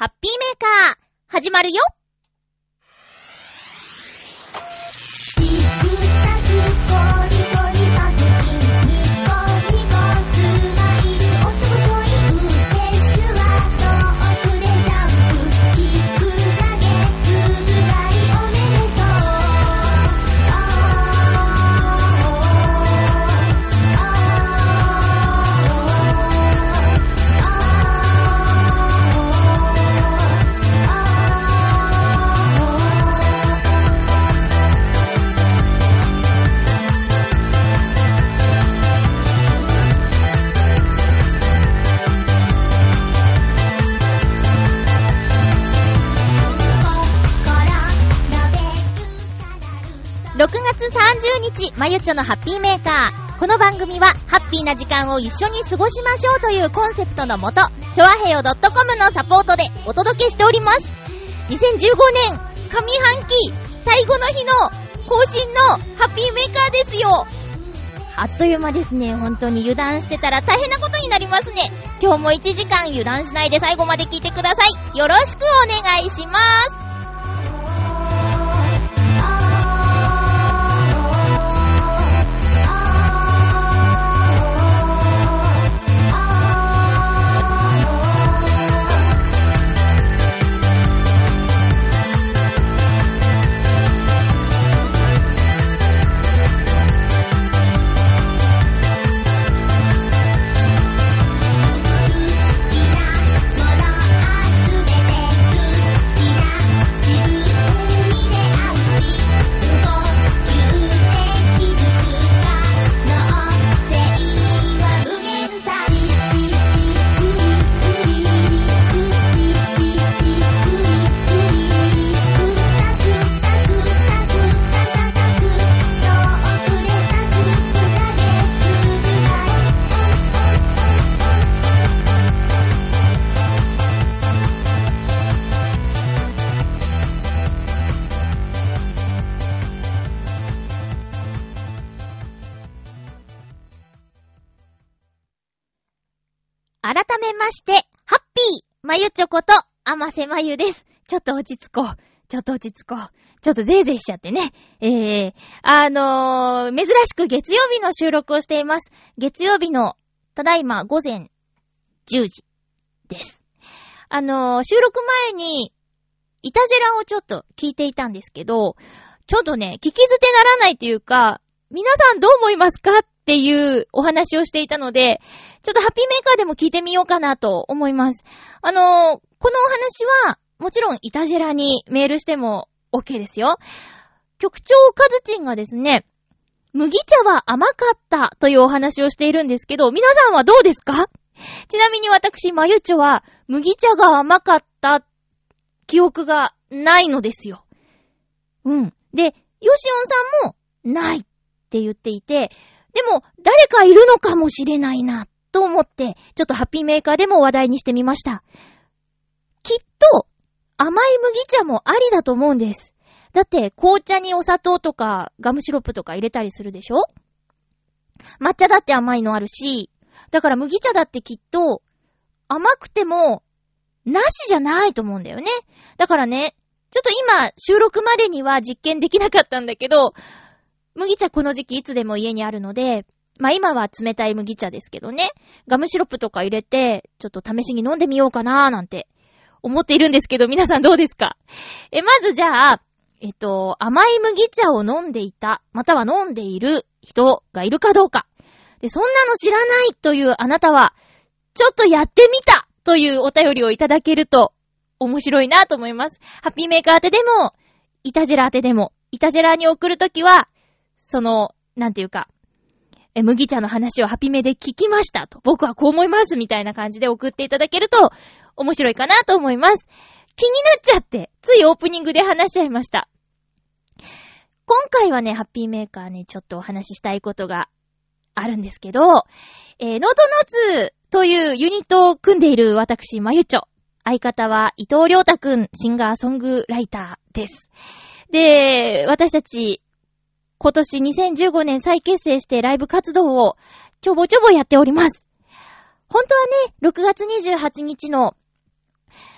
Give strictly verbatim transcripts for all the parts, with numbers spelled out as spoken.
ハッピーメーカー始まるよ。ろくがつさんじゅうにち、まゆっちょのハッピーメーカー。この番組はハッピーな時間を一緒に過ごしましょうというコンセプトのもと、チョアヘヨ .com のサポートでお届けしております。にせんじゅうごねん上半期最後の日の更新のハッピーメーカーですよ。あっという間ですね。本当に油断してたら大変なことになりますね。今日もいちじかん油断しないで最後まで聞いてください。よろしくお願いします。改めまして、ハッピーまゆちょこと、あませまゆです。ちょっと落ち着こう。ちょっと落ち着こう。ちょっとゼーゼーしちゃってね。えー、あのー、珍しく月曜日の収録をしています。月曜日の、ただいま午前じゅうじです。あのー、収録前に、イタジェラをちょっと聞いていたんですけど、ちょっとね、聞き捨てならないというか、皆さんどう思いますかっていうお話をしていたので、ちょっとハッピーメーカーでも聞いてみようかなと思います。あのー、このお話は、もちろんイタジェラにメールしても OK ですよ。局長カズチンがですね、麦茶は甘かったというお話をしているんですけど、皆さんはどうですか？ちなみに私、まゆちょは麦茶が甘かった記憶がないのですよ。うん。で、ヨシオンさんもないって言っていて、でも誰かいるのかもしれないなと思って、ちょっとハッピーメーカーでも話題にしてみました。きっと甘い麦茶もありだと思うんです。だって紅茶にお砂糖とかガムシロップとか入れたりするでしょ？抹茶だって甘いのあるし、だから麦茶だってきっと甘くてもなしじゃないと思うんだよね。だからね、ちょっと今収録までには実験できなかったんだけど、麦茶この時期いつでも家にあるので、まあ今は冷たい麦茶ですけどね、ガムシロップとか入れてちょっと試しに飲んでみようかなーなんて思っているんですけど、皆さんどうですか？え、まずじゃあ、えっと、甘い麦茶を飲んでいた、または飲んでいる人がいるかどうか。で、そんなの知らないというあなたは、ちょっとやってみたというお便りをいただけると面白いなと思います。ハッピーメーカー宛てでも、イタジェラ宛てでも、イタジェラに送るときは、その、なんていうか、え、麦茶の話をハピメで聞きましたと、僕はこう思いますみたいな感じで送っていただけると面白いかなと思います。気になっちゃってついオープニングで話しちゃいました。今回はね、ハッピーメーカーね、ちょっとお話ししたいことがあるんですけど、えー、ノートノーツというユニットを組んでいる私まゆちょ、相方は伊藤亮太くん、シンガーソングライターです。で、私たち今年にせんじゅうごねん再結成してライブ活動をちょぼちょぼやっております。本当はね、ろくがつにじゅうはちにちの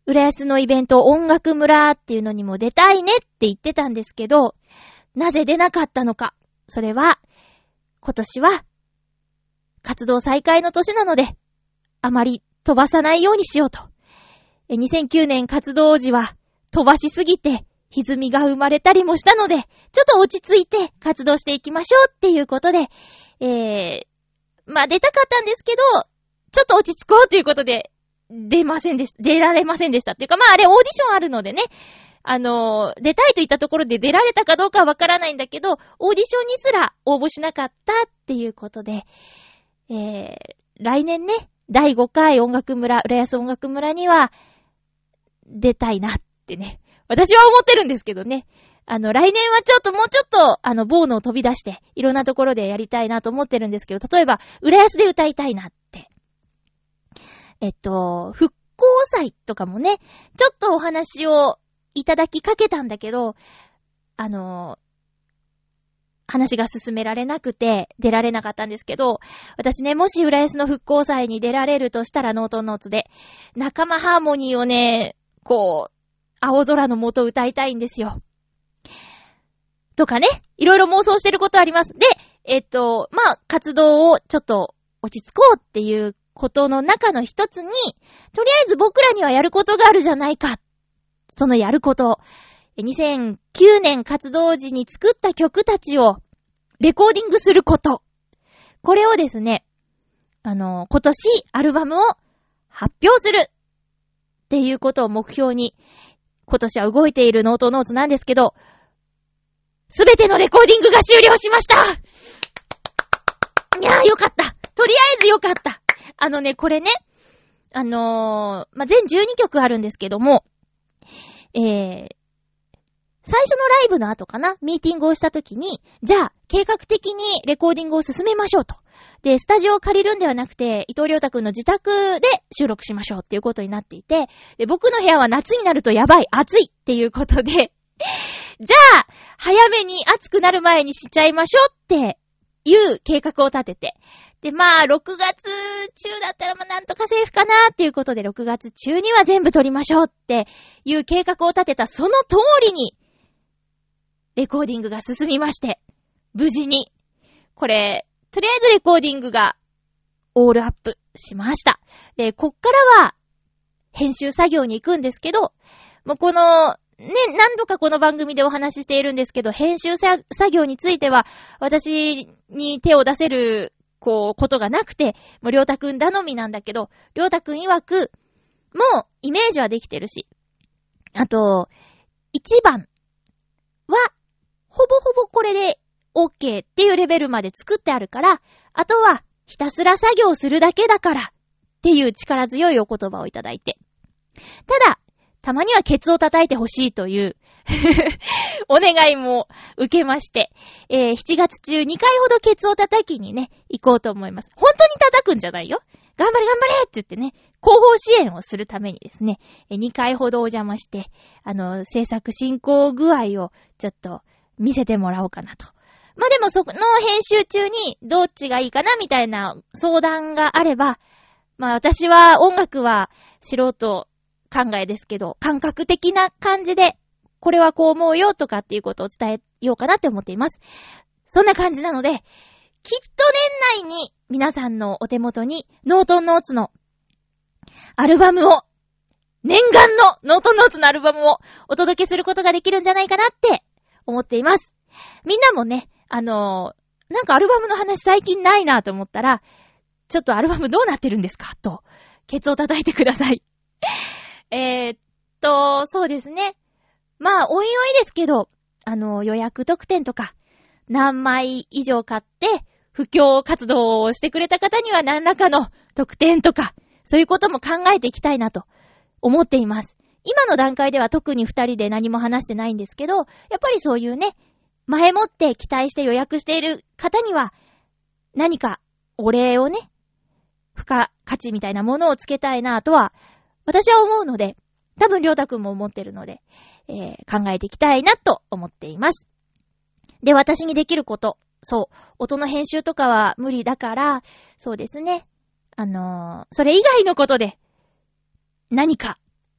浦安のイベント音楽村っていうのにも出たいねって言ってたんですけど、なぜ出なかったのか。それは、今年は活動再開の年なので、あまり飛ばさないようにしようと。にせんきゅうねん活動時は飛ばしすぎて歪みが生まれたりもしたので、ちょっと落ち着いて活動していきましょうっていうことで、えー、まあ出たかったんですけど、ちょっと落ち着こうということで、出ませんでした。出られませんでしたっていうか、まああれオーディションあるのでね、あのー、出たいと言ったところで出られたかどうかはわからないんだけど、オーディションにすら応募しなかったっていうことで、えー、来年ね、だいごかい音楽村、浦安音楽村には出たいなってね。私は思ってるんですけどね。あの、来年はちょっともうちょっと、あの、ボーノを飛び出して、いろんなところでやりたいなと思ってるんですけど、例えば、浦安で歌いたいなって。えっと、復興祭とかもね、ちょっとお話をいただきかけたんだけど、あの、話が進められなくて出られなかったんですけど、私ね、もし浦安の復興祭に出られるとしたらノートンノーツで、仲間ハーモニーをね、こう、青空の下歌いたいんですよ。とかね、いろいろ妄想してることあります。で、えっと、まあ、活動をちょっと落ち着こうっていうことの中の一つに、とりあえず僕らにはやることがあるじゃないか。そのやること。にせんきゅうねん活動時に作った曲たちをレコーディングすること。これをですね、あの、今年アルバムを発表するっていうことを目標に、今年は動いているノートノーツなんですけど、すべてのレコーディングが終了しました。いやーよかった。とりあえずよかった。あのね、これね、あのー、まあ、全じゅうにきょくあるんですけども、えー、最初のライブの後かな、ミーティングをしたときに、じゃあ、計画的にレコーディングを進めましょうと。で、スタジオを借りるんではなくて、伊藤亮太くんの自宅で収録しましょうっていうことになっていて、で、僕の部屋は夏になるとやばい、暑いっていうことで、じゃあ、早めに暑くなる前にしちゃいましょうっていう計画を立てて、で、まあ、ろくがつ中だったらまあなんとかセーフかなっていうことで、ろくがつ中には全部撮りましょうっていう計画を立てたその通りに、レコーディングが進みまして、無事に、これ、とりあえずレコーディングがオールアップしました。で、こっからは、編集作業に行くんですけど、もうこの、ね、何度かこの番組でお話ししているんですけど、編集作業については、私に手を出せる、こう、ことがなくて、もうりょうたくん頼みなんだけど、りょうたくん曰く、もう、イメージはできてるし、あと、一番は、ほぼほぼこれで OK っていうレベルまで作ってあるから、あとはひたすら作業するだけだからっていう力強いお言葉をいただいて。ただ、たまにはケツを叩いてほしいというお願いも受けまして、えー、しちがつ中にかいほどケツを叩きにね、行こうと思います。本当に叩くんじゃないよ。頑張れ頑張れって言ってね、広報支援をするためにですね、にかいほどお邪魔して、あの、制作進行具合をちょっと、見せてもらおうかなと。まあ、でもその編集中にどっちがいいかなみたいな相談があれば、まあ私は音楽は素人考えですけど、感覚的な感じで、これはこう思うよとかっていうことを伝えようかなって思っています。そんな感じなので、きっと年内に皆さんのお手元にノートンノーツのアルバムを、念願のノートンノーツのアルバムをお届けすることができるんじゃないかなって思っています。みんなもね、あのー、なんかアルバムの話最近ないなと思ったら、ちょっとアルバムどうなってるんですかと、ケツを叩いてください。えーっと、そうですね。まあ、おいおいですけど、あのー、予約特典とか、何枚以上買って、布教活動をしてくれた方には何らかの特典とか、そういうことも考えていきたいなと思っています。今の段階では特に二人で何も話してないんですけど、やっぱりそういうね、前もって期待して予約している方には、何かお礼をね、付加価値みたいなものをつけたいなとは、私は思うので、多分りょうたくんも思ってるので、えー、考えていきたいなと思っています。で、私にできること、そう、音の編集とかは無理だから、そうですね、あのー、それ以外のことで、何か、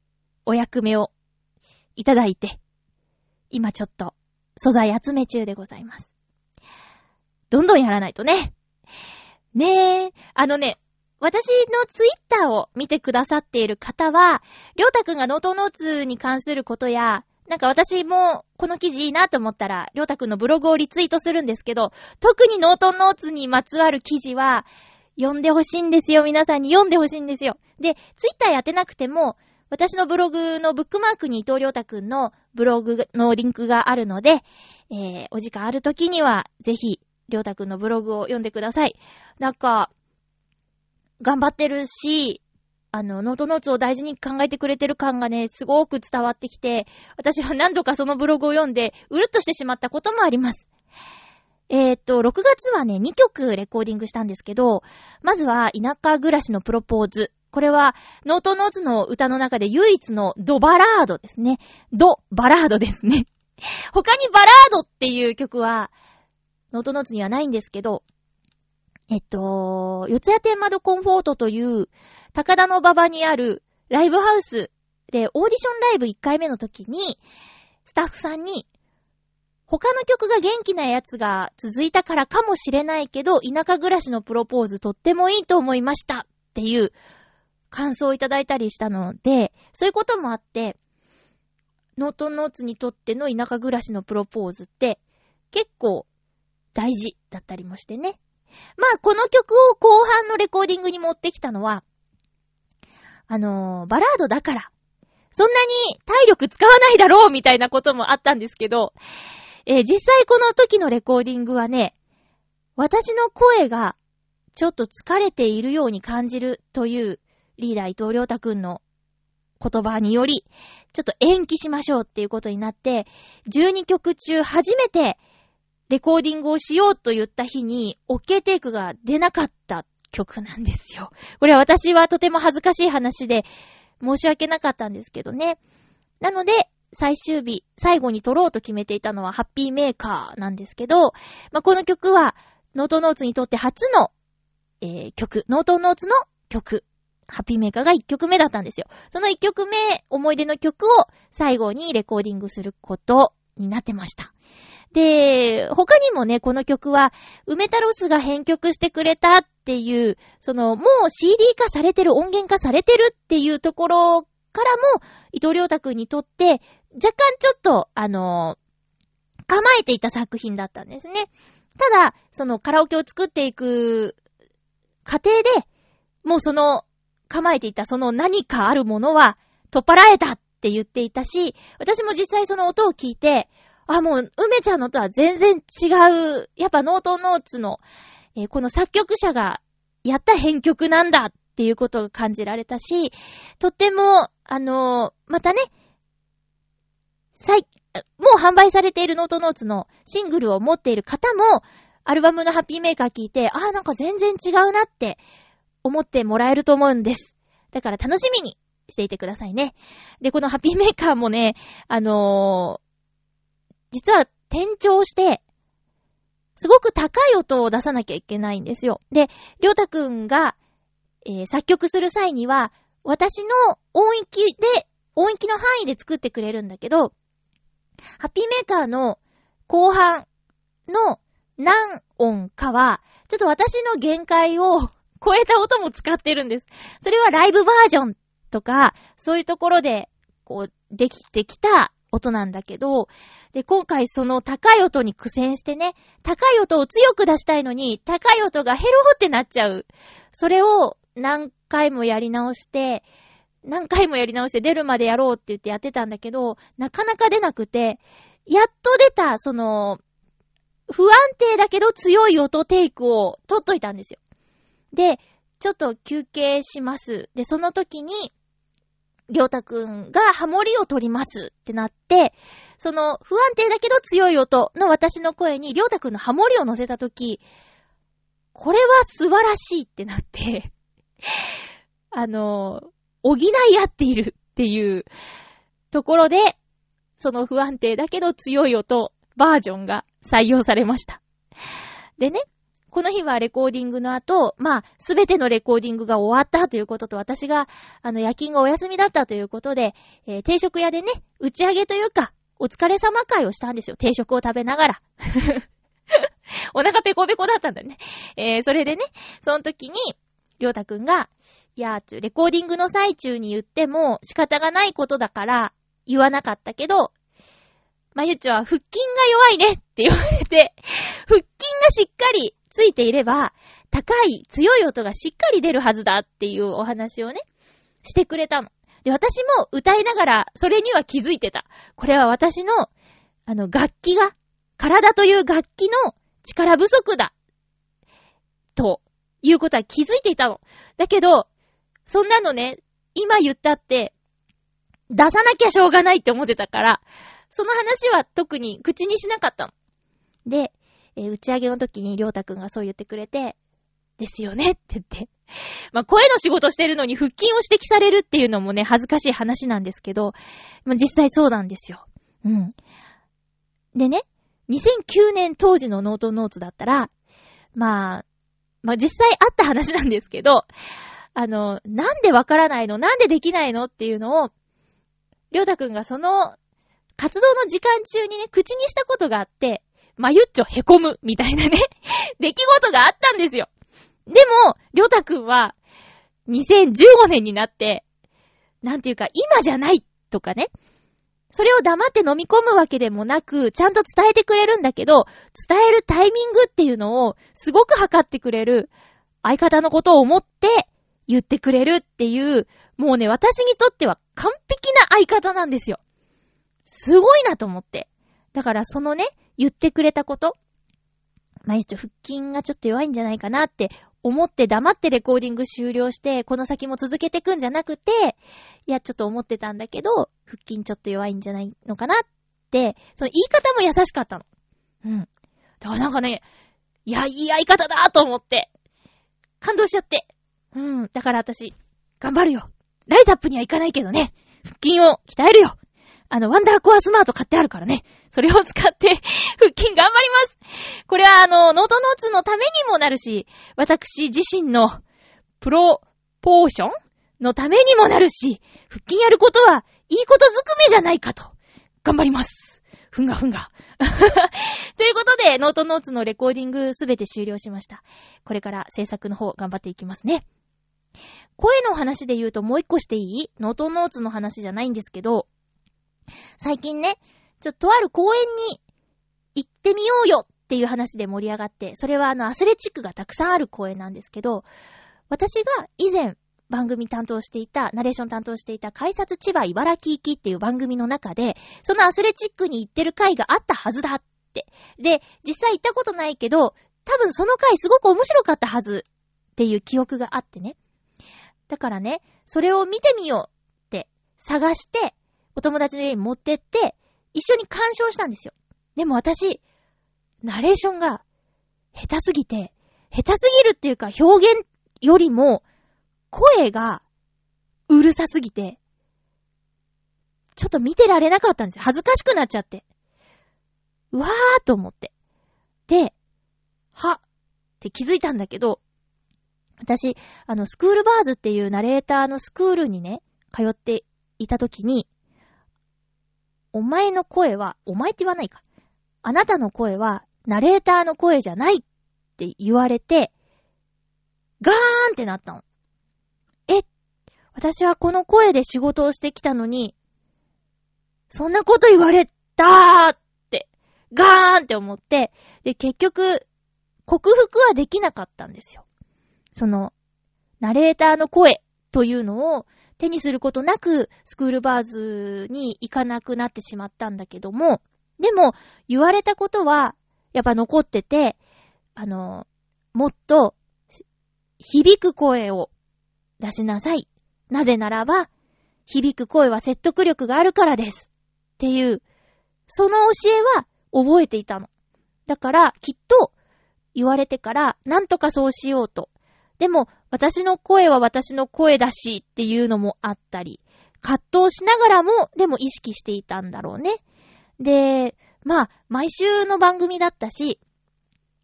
お役目をいただいて、今ちょっと素材集め中でございます。どんどんやらないとね。ねえ、あのね、私のツイッターを見てくださっている方は、りょうたくんがノートノーツに関することや、なんか私もこの記事いいなと思ったら、りょうたくんのブログをリツイートするんですけど、特にノートノーツにまつわる記事は、読んでほしいんですよ。皆さんに読んでほしいんですよ。で、ツイッターやってなくても、私のブログのブックマークに伊藤りょうたくんのブログのリンクがあるので、えー、お時間ある時には、ぜひ、りょうたくんのブログを読んでください。なんか、頑張ってるし、あの、ノートノーツを大事に考えてくれてる感がね、すごく伝わってきて、私は何度かそのブログを読んで、うるっとしてしまったこともあります。えーっと、ろくがつはね、にきょくレコーディングしたんですけど、まずは、田舎暮らしのプロポーズ。これは、ノートノーツの歌の中で唯一のドバラードですね。ドバラードですね。他にバラードっていう曲は、ノートノーツにはないんですけど、えっと、四谷天窓コンフォートという、高田の馬場にあるライブハウスでオーディションライブいっかいめの時に、スタッフさんに、他の曲が元気なやつが続いたからかもしれないけど、田舎暮らしのプロポーズとってもいいと思いましたっていう感想をいただいたりしたので、そういうこともあって、ノートノーツにとっての田舎暮らしのプロポーズって結構大事だったりもしてね。まあこの曲を後半のレコーディングに持ってきたのは、あのー、バラードだから、そんなに体力使わないだろうみたいなこともあったんですけど、えー、実際この時のレコーディングはね、私の声がちょっと疲れているように感じるというリーダー伊藤りょうたくんの言葉により、ちょっと延期しましょうっていうことになって、じゅうにきょく中初めてレコーディングをしようと言った日に OK テイクが出なかった曲なんですよ。これは私はとても恥ずかしい話で申し訳なかったんですけどね。なので最終日最後に撮ろうと決めていたのはハッピーメーカーなんですけど、まあ、この曲はノートノーツにとって初の、えー、曲、ノートノーツの曲、ハッピーメーカーがいっきょくめだったんですよ。そのいっきょくめ、思い出の曲を最後にレコーディングすることになってました。で、他にもね、この曲は、梅太郎スが編曲してくれたっていう、その、もう シーディー 化されてる、音源化されてるっていうところからも、伊藤りょうたくんにとって、若干ちょっと、あの、構えていた作品だったんですね。ただ、そのカラオケを作っていく過程で、もうその、構えていたその何かあるものは、取っ払えたって言っていたし、私も実際その音を聞いて、あ、もう、梅ちゃんのとは全然違う、やっぱノートノーツの、えー、この作曲者がやった編曲なんだっていうことが感じられたし、とっても、あのー、またね、最、もう販売されているノートノーツのシングルを持っている方も、アルバムのハッピーメーカー聞いて、あーなんか全然違うなって思ってもらえると思うんです。だから楽しみにしていてくださいね。で、このハッピーメーカーもね、あのー、実は転調して、すごく高い音を出さなきゃいけないんですよ。で、りょうたくんが、えー、作曲する際には、私の音域で、音域の範囲で作ってくれるんだけど、ハッピーメーカーの後半の何音かは、ちょっと私の限界を超えた音も使ってるんです。それはライブバージョンとか、そういうところで、こう、できてきた音なんだけど、で、今回その高い音に苦戦してね、高い音を強く出したいのに、高い音がヘロホってなっちゃう。それを何回もやり直して、何回もやり直して出るまでやろうって言ってやってたんだけど、なかなか出なくて、やっと出た、その、不安定だけど強い音テイクを取っといたんですよ。で、ちょっと休憩します。で、その時に、りょうたくんがハモリを取りますってなって、その不安定だけど強い音の私の声にりょうたくんのハモリを乗せたとき、これは素晴らしいってなって、あの、補い合っているっていうところで、その不安定だけど強い音バージョンが採用されました。でね、 この日はレコーディングの後、まあ、すべてのレコーディングが終わったということと、私が、あの、夜勤がお休みだったということで、えー、定食屋でね、打ち上げというか、お疲れ様会をしたんですよ。定食を食べながら。お腹ペコペコだったんだね。えー、それでね、その時に、りょうたくんが、いやー、レコーディングの最中に言っても仕方がないことだから言わなかったけど、まゆっちょは腹筋が弱いねって言われて、腹筋がしっかりついていれば、高い強い音がしっかり出るはずだっていうお話をね、してくれたの。で、私も歌いながらそれには気づいてた。これは私の、あの、楽器が、体という楽器の力不足だ。ということは気づいていたの。だけど、そんなのね、今言ったって、出さなきゃしょうがないって思ってたから、その話は特に口にしなかったの。で、えー、打ち上げの時にりょうたくんがそう言ってくれて、ですよねって言って。まあ、声の仕事してるのに腹筋を指摘されるっていうのもね、恥ずかしい話なんですけど、まあ、実際そうなんですよ。うん。でね、にせんきゅうねん当時のノートノーツだったら、まあ、まあ実際あった話なんですけど、あの、なんでわからないの？なんでできないの？っていうのを、りょうたくんがその活動の時間中にね、口にしたことがあって、まゆっちょへこむみたいなね、出来事があったんですよ。でも、りょうたくんは、にせんじゅうごねんになって、なんていうか、今じゃないとかね、それを黙って飲み込むわけでもなく、ちゃんと伝えてくれるんだけど、伝えるタイミングっていうのを、すごく測ってくれる、相方のことを思って言ってくれるっていう、もうね、私にとっては完璧な相方なんですよ。すごいなと思って。だからそのね、言ってくれたこと、まあ、一応腹筋がちょっと弱いんじゃないかなって思って黙ってレコーディング終了して、この先も続けてくんじゃなくて、いや、ちょっと思ってたんだけど、腹筋ちょっと弱いんじゃないのかなって、その言い方も優しかったの。うん。だからなんかね、いや、いい相方だと思って、感動しちゃって。うん。だから私、頑張るよ。ライトアップには行かないけどね、腹筋を鍛えるよ。あの、ワンダーコアスマート買ってあるからね。それを使って、腹筋頑張ります。これはあの、ノートノーツのためにもなるし、私自身のプロポーションのためにもなるし、腹筋やることはいいことずくめじゃないかと。頑張ります。ふんがふんが。ということで、ノートノーツのレコーディングすべて終了しました。これから制作の方頑張っていきますね。声の話で言うともう一個していい？ノートノーツの話じゃないんですけど、最近ね、ちょっととある公園に行ってみようよっていう話で盛り上がって、それはあのアスレチックがたくさんある公園なんですけど、私が以前番組担当していた、ナレーション担当していた改札千葉茨城行きっていう番組の中で、そのアスレチックに行ってる回があったはずだって。で、実際行ったことないけど、多分その回すごく面白かったはずっていう記憶があってね。だからね、それを見てみようって探して、お友達の家に持ってって、一緒に鑑賞したんですよ。でも私、ナレーションが下手すぎて、下手すぎるっていうか表現よりも、声がうるさすぎて、ちょっと見てられなかったんですよ。恥ずかしくなっちゃって。うわーと思って。で、はって気づいたんだけど、私、あの、スクールバーズっていうナレーターのスクールにね、通っていたときに、お前の声は、お前って言わないか。あなたの声は、ナレーターの声じゃないって言われて、ガーンってなったの。え、私はこの声で仕事をしてきたのに、そんなこと言われたーって、ガーンって思って、で、結局、克服はできなかったんですよ。その、ナレーターの声というのを、手にすることなくスクールバーズに行かなくなってしまったんだけども、でも言われたことはやっぱ残ってて、あの、もっと響く声を出しなさい。なぜならば響く声は説得力があるからですっていう、その教えは覚えていたの。だからきっと言われてからなんとかそうしようと。でも私の声は私の声だしっていうのもあったり、葛藤しながらもでも意識していたんだろうね。で、まあ毎週の番組だったし、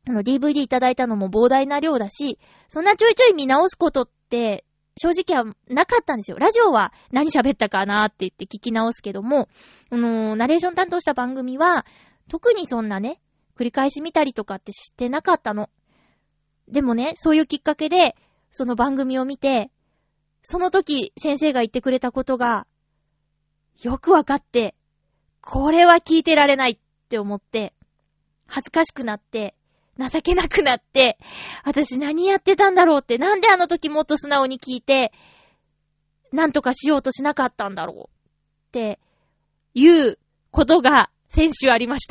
あの ディーブイディー いただいたのも膨大な量だし、そんなちょいちょい見直すことって正直はなかったんですよ。ラジオは何喋ったかなって言って聞き直すけども、あのー、ナレーション担当した番組は特にそんなね、繰り返し見たりとかって知ってなかったの。でもね、そういうきっかけでその番組を見て、その時先生が言ってくれたことがよくわかって、これは聞いてられないって思って、恥ずかしくなって、情けなくなって、私何やってたんだろうって、なんであの時もっと素直に聞いて、なんとかしようとしなかったんだろうっていうことが先週ありました。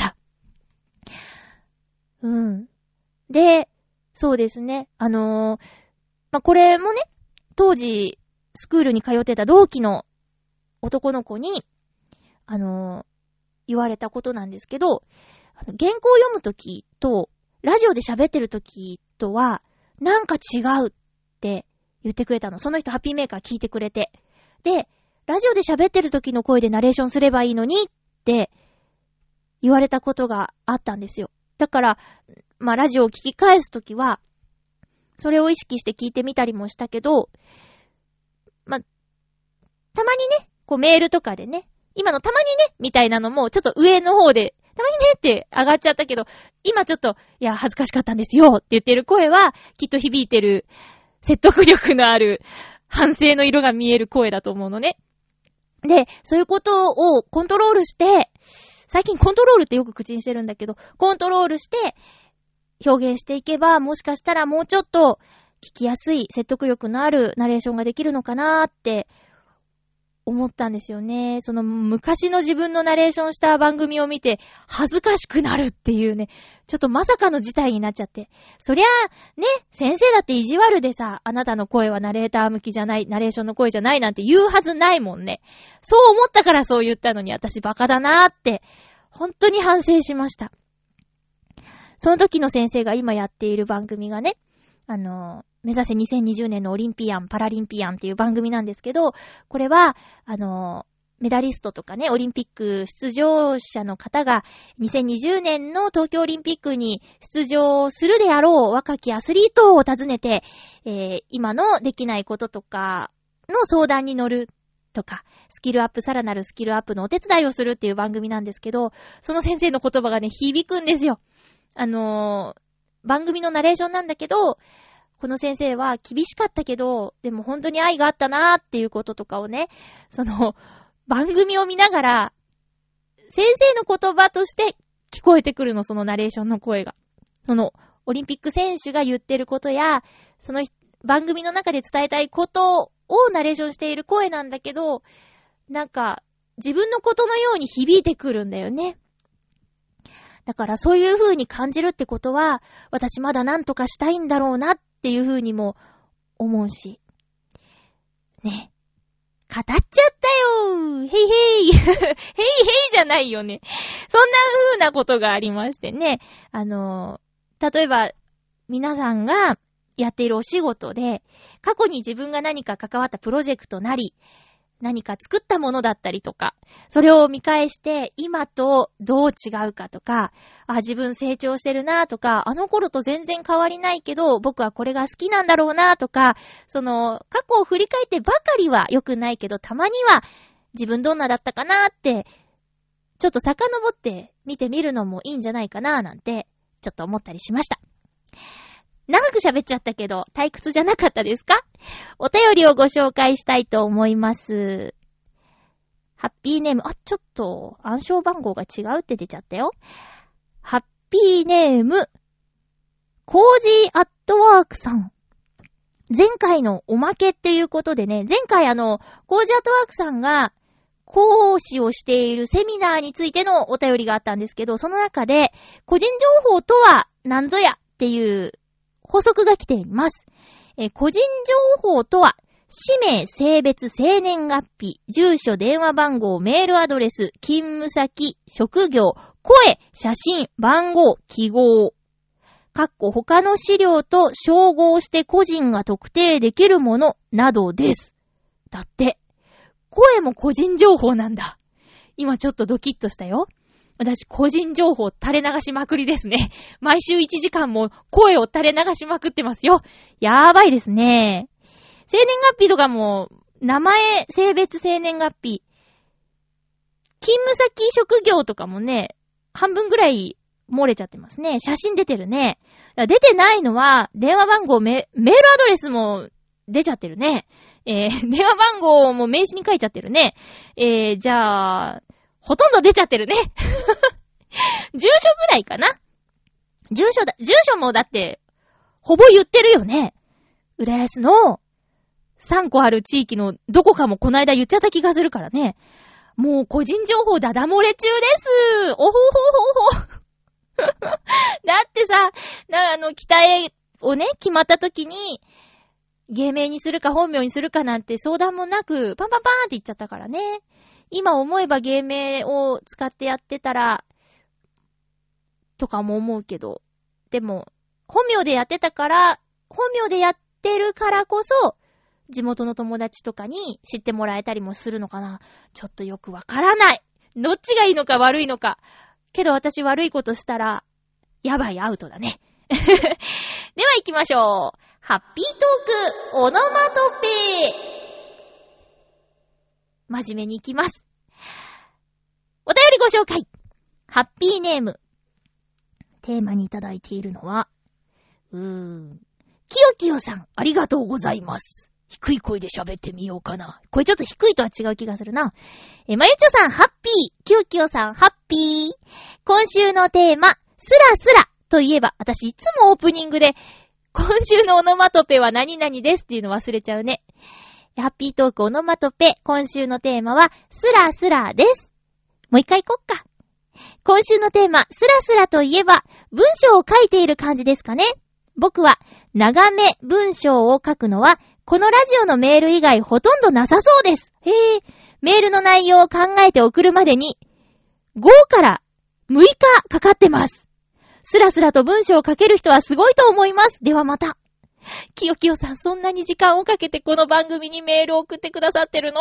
うん。で、そうですね。あのー、まあ、これもね、当時スクールに通ってた同期の男の子に、あのー、言われたことなんですけど、原稿を読むときと、ラジオで喋ってるときとは、なんか違うって言ってくれたの。その人ハッピーメーカー聞いてくれて。で、ラジオで喋ってるときの声でナレーションすればいいのにって言われたことがあったんですよ。だから、まあラジオを聞き返すときは、それを意識して聞いてみたりもしたけど、まあ、たまにね、こうメールとかでね、今のたまにね、みたいなのもちょっと上の方で、たまにねって上がっちゃったけど、今ちょっと、いや、恥ずかしかったんですよって言ってる声は、きっと響いてる、説得力のある、反省の色が見える声だと思うのね。で、そういうことをコントロールして、最近コントロールってよく口にしてるんだけど、コントロールして表現していけば、もしかしたらもうちょっと聞きやすい、説得力のあるナレーションができるのかなーって思ったんですよね。その昔の自分のナレーションした番組を見て恥ずかしくなるっていうね、ちょっとまさかの事態になっちゃって。そりゃね、先生だって意地悪でさ、あなたの声はナレーター向きじゃない、ナレーションの声じゃないなんて言うはずないもんね。そう思ったからそう言ったのに私バカだなーって本当に反省しました。その時の先生が今やっている番組がね、あの目指せにせんにじゅうねんのオリンピアン、パラリンピアンっていう番組なんですけど、これは、あの、メダリストとかね、オリンピック出場者の方がにせんにじゅうねんの東京オリンピックに出場するであろう若きアスリートを訪ねて、えー、今のできないこととかの相談に乗るとか、スキルアップ、さらなるスキルアップのお手伝いをするっていう番組なんですけど、その先生の言葉がね、響くんですよ。あのー、番組のナレーションなんだけど、この先生は厳しかったけど、でも本当に愛があったなーっていうこととかをね、その番組を見ながら、先生の言葉として聞こえてくるの、そのナレーションの声が。そのオリンピック選手が言ってることや、その番組の中で伝えたいことをナレーションしている声なんだけど、なんか自分のことのように響いてくるんだよね。だからそういう風に感じるってことは、私まだなんとかしたいんだろうなっていう風にも思うし。ね。語っちゃったよー。へいへい。へいへいじゃないよね。そんな風なことがありましてね。あの、例えば、皆さんがやっているお仕事で、過去に自分が何か関わったプロジェクトなり、何か作ったものだったりとか、それを見返して今とどう違うかとか、あ、自分成長してるなとか、あの頃と全然変わりないけど僕はこれが好きなんだろうなとか、その過去を振り返ってばかりは良くないけど、たまには自分どんなだったかなってちょっと遡って見てみるのもいいんじゃないかななんてちょっと思ったりしました。長く喋っちゃったけど、退屈じゃなかったですか？お便りをご紹介したいと思います。ハッピーネーム、あ、ちょっと暗証番号が違うって出ちゃったよ。ハッピーネーム、コージーアットワークさん。前回のおまけっていうことでね、前回あの、コージーアットワークさんが講師をしているセミナーについてのお便りがあったんですけど、その中で、個人情報とは何ぞやっていう補足が来ています。え、個人情報とは、氏名、性別、生年月日、住所、電話番號、メールアドレス、勤務先、職業、声、写真、番号、記号。かっこ他の資料と照合して個人が特定できるものなどです。だって、声も個人情報なんだ。今ちょっとドキッとしたよ。 私、個人情報垂れ流しまくりですね。毎週いちじかんも声を垂れ流しまくってますよ。やばいですね。生年月日とかも、名前、性別、生年月日、勤務先、職業とかもね、半分ぐらい漏れちゃってますね。写真出てるね。出てないのは、電話番号、メ、メールアドレスも出ちゃってるね。えー、電話番号も名刺に書いちゃってるね。えー、じゃあ、ほとんど出ちゃってるね。住所ぐらいかな。住所だ、住所もだって、ほぼ言ってるよね。浦安のさんこある地域のどこかもこの間言っちゃった気がするからね。もう個人情報ダダ漏れ中です。おほほほほ。だってさ、なあの、北へをね、決まった時に、芸名にするか本名にするかなんて相談もなく、パンパンパーンって言っちゃったからね。今思えば芸名を使ってやってたら、とかも思うけど、でも、本名でやってたから、本名でやってるからこそ、地元の友達とかに知ってもらえたりもするのかな。ちょっとよくわからない。どっちがいいのか悪いのか。けど私悪いことしたら、やばいアウトだね。では行きましょう。ハッピートーク、オノマトペ。真面目に行きます。お便りご紹介。ハッピーネーム。テーマにいただいているのは、うーん。きよきよさん、ありがとうございます。低い声で喋ってみようかな。これちょっと低いとは違う気がするな。え、まゆちょさん、ハッピー。きよきよさん、ハッピー。今週のテーマ、スラスラといえば、私いつもオープニングで、今週のオノマトペは何々ですっていうの忘れちゃうね。ハッピートークオノマトペ、今週のテーマは、スラスラです。もう一回行こっか。今週のテーマ、スラスラといえば、文章を書いている感じですかね。僕は、長め文章を書くのは、このラジオのメール以外ほとんどなさそうです。へえ、メールの内容を考えて送るまでに、ごからむいかかかってます。スラスラと文章を書ける人はすごいと思います。ではまた。きよきよさん、そんなに時間をかけてこの番組にメールを送ってくださってるの？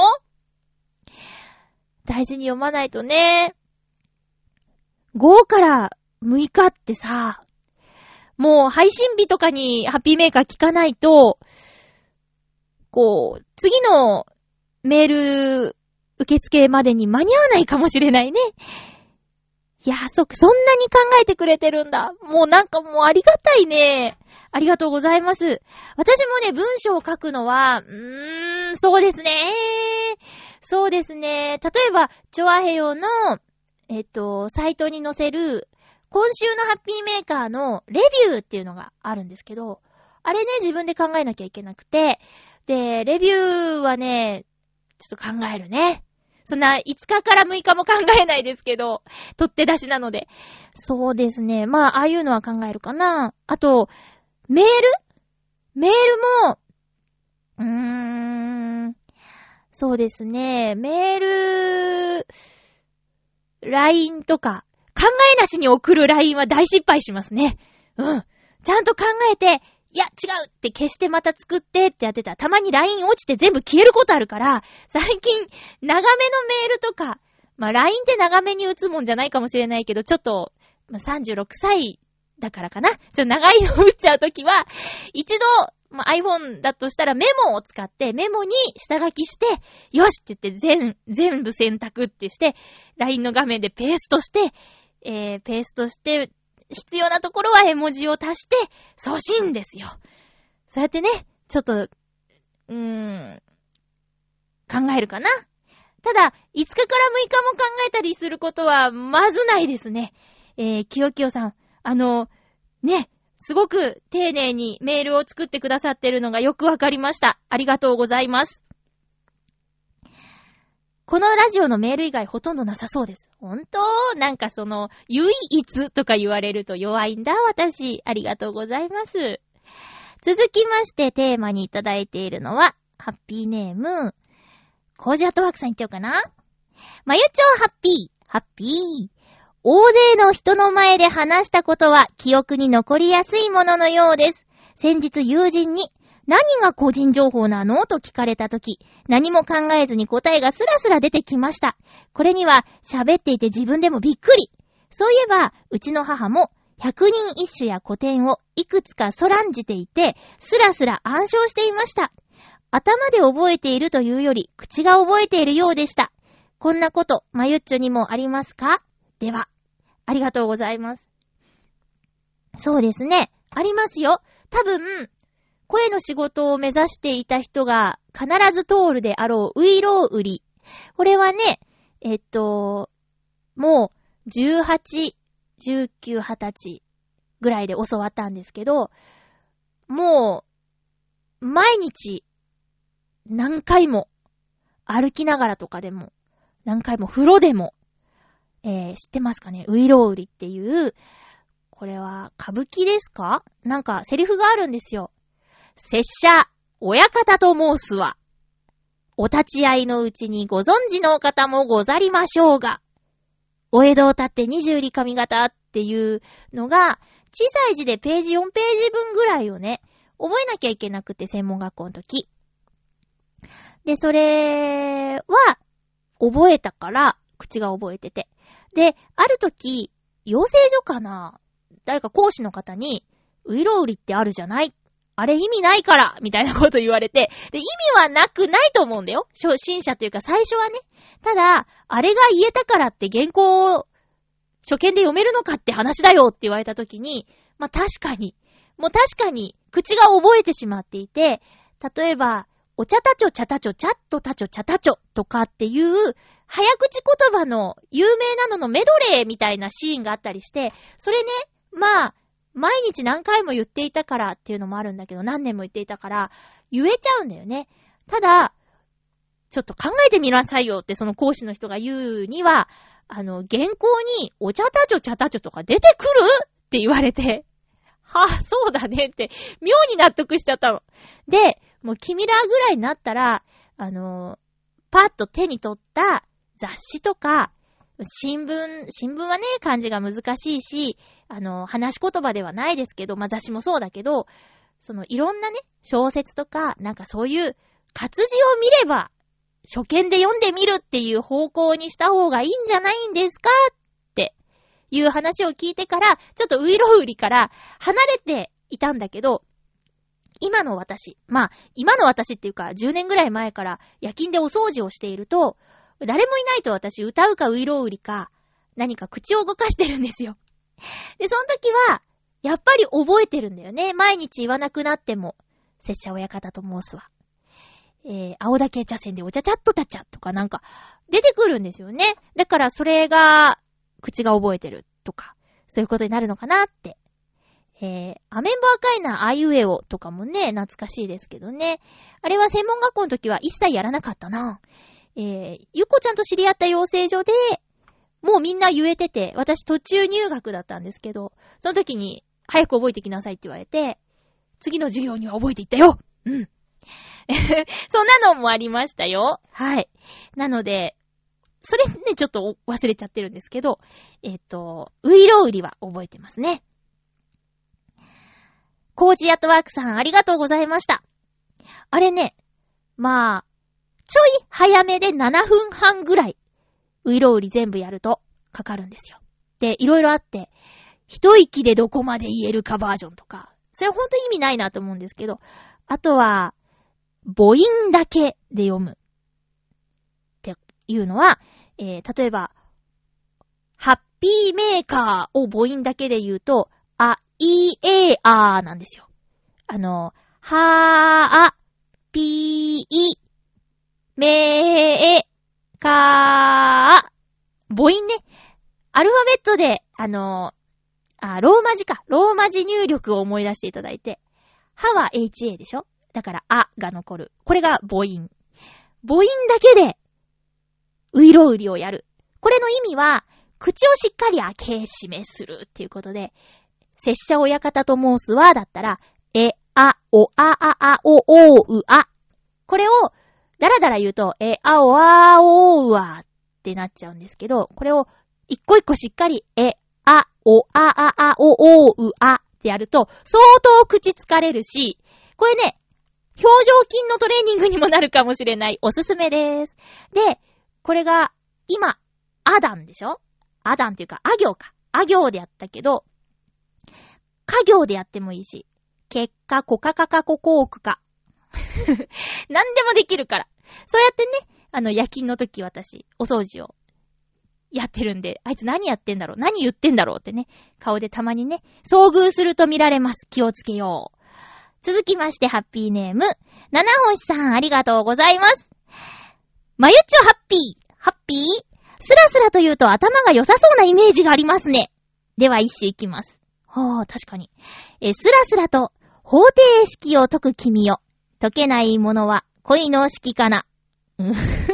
大事に読まないとね。ごからむいかってさ、もう配信日とかにハッピーメーカー聞かないと、こう、次のメール受付までに間に合わないかもしれないね。いや、そ、そんなに考えてくれてるんだ。もうなんかもうありがたいね。ありがとうございます。私もね、文章を書くのは、うーん、そうですね。そうですね。例えば、チョアヘヨの、えっと、サイトに載せる、今週のハッピーメーカーのレビューっていうのがあるんですけど、あれね、自分で考えなきゃいけなくて、で、レビューはね、ちょっと考えるね。そんないつかからむいかも考えないですけど、取って出しなので。そうですね。まあ、ああいうのは考えるかな。あと、メールメールも、うーん、そうですね。メール、ライン とか、考えなしに送る ライン は大失敗しますね。うん。ちゃんと考えて、いや、違うって消してまた作ってってやってたら、たまに ライン 落ちて全部消えることあるから、最近、長めのメールとか、まあ ライン って長めに打つもんじゃないかもしれないけど、ちょっと、まあ、さんじゅうろくさいだからかな。ちょっと長いの打っちゃうときは、一度、まあ、iPhone だとしたらメモを使って、メモに下書きして、よしって言って全、全部選択ってして、ライン の画面でペーストして、えー、ペーストして、必要なところは絵文字を足して送信ですよ。そうやってね、ちょっと、うーん、考えるかな。ただ、いつかからむいかも考えたりすることはまずないですね。えー、きよきよさん、あの、ね、すごく丁寧にメールを作ってくださってるのがよくわかりました。ありがとうございます。このラジオのメール以外ほとんどなさそうです。ほんと？なんかその、唯一とか言われると弱いんだ、私。ありがとうございます。続きましてテーマにいただいているのは、ハッピーネーム、コージアットワークさんいっちゃおうかな。まゆちょハッピー、ハッピー。大勢の人の前で話したことは記憶に残りやすいもののようです。先日友人に、何が個人情報なのと聞かれたとき、何も考えずに答えがスラスラ出てきました。これには喋っていて自分でもびっくり。 そういえば、うちの母も百人一首や古典をいくつかそらんじていて、スラスラ暗唱していました。頭で覚えているというより、口が覚えているようでした。こんなこと、まゆっちょにもありますか？では、ありがとうございます。そうですね。ありますよ。多分、声の仕事を目指していた人が必ず通るであろうウイロウ売り。これはね、えっと、もうじゅうはち、じゅうきゅう、はたちぐらいで教わったんですけど、もう、毎日、何回も、歩きながらとかでも、何回も風呂でも、えー、知ってますかね？ウイロウ売りっていう、これは歌舞伎ですか？なんかセリフがあるんですよ。拙者、親方と申すは、お立ち会いのうちにご存知のお方もござりましょうが、お江戸を立って二十里上方っていうのが、小さい字でページよんページ分ぐらいをね、覚えなきゃいけなくて、専門学校の時。で、それは、覚えたから、口が覚えてて。で、ある時、養成所かな？誰か講師の方に、ウイロウリってあるじゃない？あれ意味ないからみたいなこと言われて、で、意味はなくないと思うんだよ。初心者というか最初はね。ただ、あれが言えたからって原稿を初見で読めるのかって話だよって言われた時に、まあ、確かに、もう確かに口が覚えてしまっていて、例えば、お茶たちょちゃたちょちゃっとたちょちゃたちょとかっていう早口言葉の有名なののメドレーみたいなシーンがあったりして、それね、まあ、毎日何回も言っていたからっていうのもあるんだけど、何年も言っていたから言えちゃうんだよね。ただ、ちょっと考えてみなさいよってその講師の人が言うには、あの、原稿にお茶たちょちゃたちょとか出てくるって言われて、はあ、そうだねって、妙に納得しちゃったの。で、もう君らぐらいになったら、あの、パッと手に取った雑誌とか、新聞、新聞はね、漢字が難しいし、あの、話し言葉ではないですけど、まあ、雑誌もそうだけど、そのいろんなね、小説とか、なんかそういう活字を見れば、初見で読んでみるっていう方向にした方がいいんじゃないんですかっていう話を聞いてから、ちょっとウイロウリから離れていたんだけど、今の私、まあ、今の私っていうか、じゅうねんぐらい前から夜勤でお掃除をしていると、誰もいないと私歌うかウイロウリか何か口を動かしてるんですよ。で、その時はやっぱり覚えてるんだよね。毎日言わなくなっても、拙者親方と申すわ。えー、青竹茶筅でお茶ちゃっとたちゃとかなんか出てくるんですよね。だからそれが口が覚えてるとか、そういうことになるのかなって。えー、アメンボ赤いなあいうえおとかもね、懐かしいですけどね。あれは専門学校の時は一切やらなかったな。えー、ゆっこちゃんと知り合った養成所で、もうみんな言えてて、私途中入学だったんですけど、その時に早く覚えてきなさいって言われて、次の授業には覚えていったよ。うん。そんなのもありましたよ。はい。なので、それね、ちょっと忘れちゃってるんですけど、えっと、ウイロウリは覚えてますね。コージアットワークさんありがとうございました。あれね、まあ、ちょい早めでななふんはんぐらい、ウイロウリ全部やるとかかるんですよ。で、いろいろあって、一息でどこまで言えるかバージョンとか、それほんと意味ないなと思うんですけど、あとは、母音だけで読むっていうのは、えー、例えば、ハッピーメーカーを母音だけで言うと、あ、い、え、あなんですよ。あの、は、あ、ぴ、い、め、え、か、母音ね。アルファベットで、あの、あ、ローマ字か。ローマ字入力を思い出していただいて、はは エイチエー でしょ？だから、あが残る。これが母音。母音だけで、ウイロウリをやる。これの意味は、口をしっかり開け閉めするっていうことで、拙者親方と申すはだったら、え、あ、お、あ、あ、あ、お、お、う、あ。これを、だらだら言うと、え、あ、お、あ、お、う、あってなっちゃうんですけど、これを一個一個しっかり、え、あ、お、あ、あ、あ、お、お、う、あってやると、相当口疲れるし、これね、表情筋のトレーニングにもなるかもしれない。おすすめです。で、これが、今、アダンでしょ？アダンっていうか、あ行か。 あ行でやったけど、か行でやってもいいし、結果、こかかかここおくか。何でもできるから。そうやってね、あの、夜勤の時私、お掃除をやってるんで、あいつ何やってんだろう、何言ってんだろうってね、顔でたまにね、遭遇すると見られます。気をつけよう。続きまして、ハッピーネーム、七星さん、ありがとうございます。まゆっちょハッピー、ハッピースラスラと言うと頭が良さそうなイメージがありますね。では一首いきます。はあ、確かに。え、スラスラと方程式を解く君よ。解けないものは恋の式かな。なあ、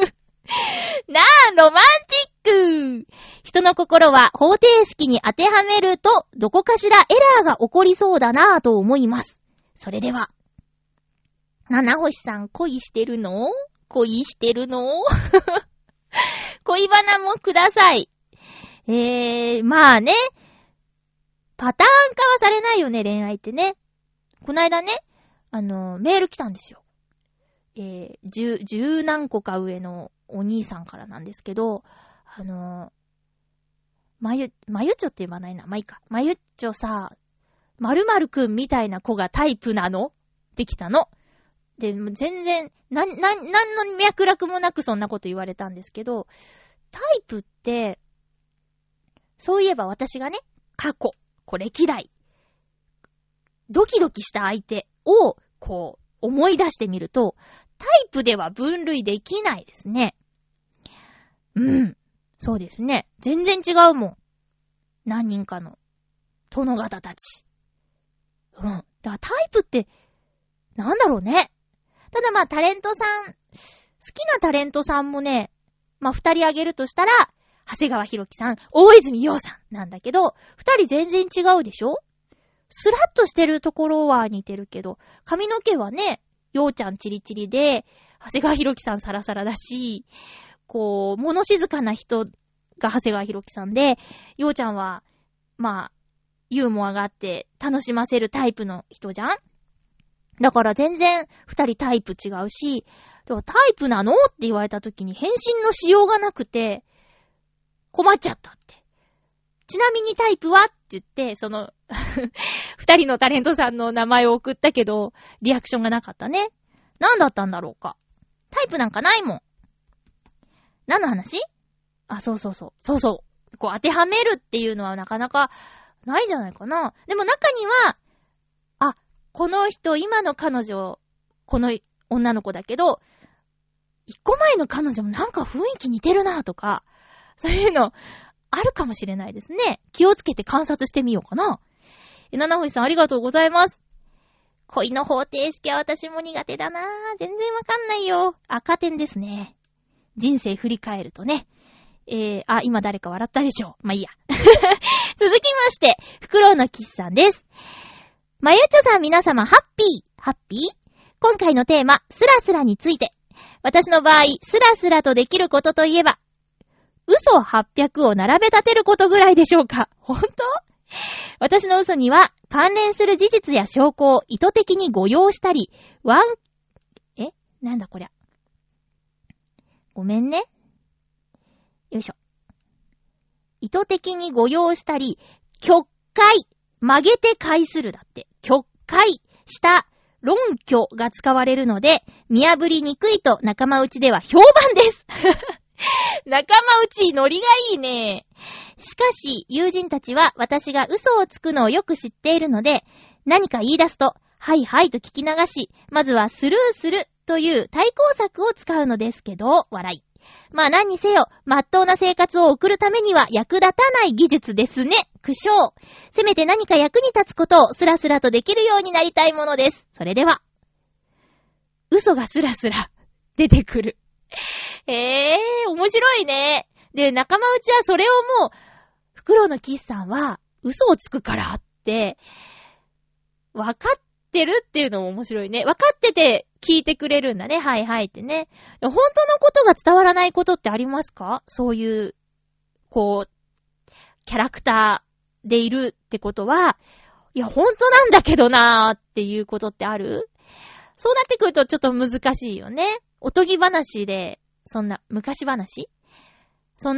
ロマンチック。人の心は方程式に当てはめるとどこかしらエラーが起こりそうだなぁと思います。それでは、七星さん恋してるの？恋してるの？恋バナもください。えー、まあね、パターン化はされないよね、恋愛ってね。こないだね、あの、メール来たんですよ。えー、十、十何個か上のお兄さんからなんですけど、あの、まゆ、まゆちょって言わないな。まあ、いいか。まゆっちょさ、〇〇くんみたいな子がタイプなの？ってきたの。で、全然、な、な、なんの脈絡もなくそんなこと言われたんですけど、タイプって、そういえば私がね、過去、これ歴代、ドキドキした相手を、こう、思い出してみると、タイプでは分類できないですね。うん。そうですね。全然違うもん。何人かの、殿方たち。うん。だからタイプって、なんだろうね。ただまあタレントさん、好きなタレントさんもね、まあ二人挙げるとしたら、長谷川博己さん、大泉洋さんなんだけど、二人全然違うでしょ？スラッとしてるところは似てるけど、髪の毛はね、洋ちゃんチリチリで、長谷川博己さんサラサラだし、こう、物静かな人が長谷川博己さんで、洋ちゃんは、まあ、ユーモアがあって楽しませるタイプの人じゃん？だから全然二人タイプ違うし、でもタイプなのって言われた時に返信のしようがなくて困っちゃったって。ちなみにタイプはって言って、その二人のタレントさんの名前を送ったけどリアクションがなかったね。何だったんだろうか。タイプなんかないもん。何の話？あ、そうそうそう。そうそう。こう当てはめるっていうのはなかなかないんじゃないかな。でも中には、あ、この人、今の彼女、この女の子だけど、一個前の彼女もなんか雰囲気似てるなとか、そういうのあるかもしれないですね。気をつけて観察してみようかな。え、七星さんありがとうございます。恋の方程式は私も苦手だな。全然わかんないよ。赤点ですね。人生振り返るとね。えー、あ、今誰か笑ったでしょう。まあ、いいや。続きまして、フクロウのキスさんです。まゆちょさん皆様、ハッピー、ハッピー？今回のテーマ、スラスラについて。私の場合、スラスラとできることといえば、嘘はっぴゃくを並べ立てることぐらいでしょうか。本当？私の嘘には、関連する事実や証拠を意図的に誤用したり、ワン、え？なんだこりゃ。ごめんね。よいしょ。意図的に誤用したり、曲解、曲げて解するだって。曲解した論拠が使われるので、見破りにくいと仲間内では評判です。仲間内ノリがいいね。しかし、友人たちは私が嘘をつくのをよく知っているので、何か言い出すと、はいはいと聞き流し、まずはスルーするという対抗策を使うのですけど、笑い。まあ何にせよ、まっとうな生活を送るためには役立たない技術ですね。苦笑。せめて何か役に立つことをスラスラとできるようになりたいものです。それでは。嘘がスラスラ出てくる。えー、面白いね。で、仲間内はそれをもう、フクロウのキスさんは嘘をつくからって、わかってるっていうのも面白いね。わかってて聞いてくれるんだね。はいはいってね。本当のことが伝わらないことってありますか？そういう、こう、キャラクターでいるってことは、いや、本当なんだけどなーっていうことってある？そうなってくるとちょっと難しいよね。おとぎ話で、そんな、昔話？そんなの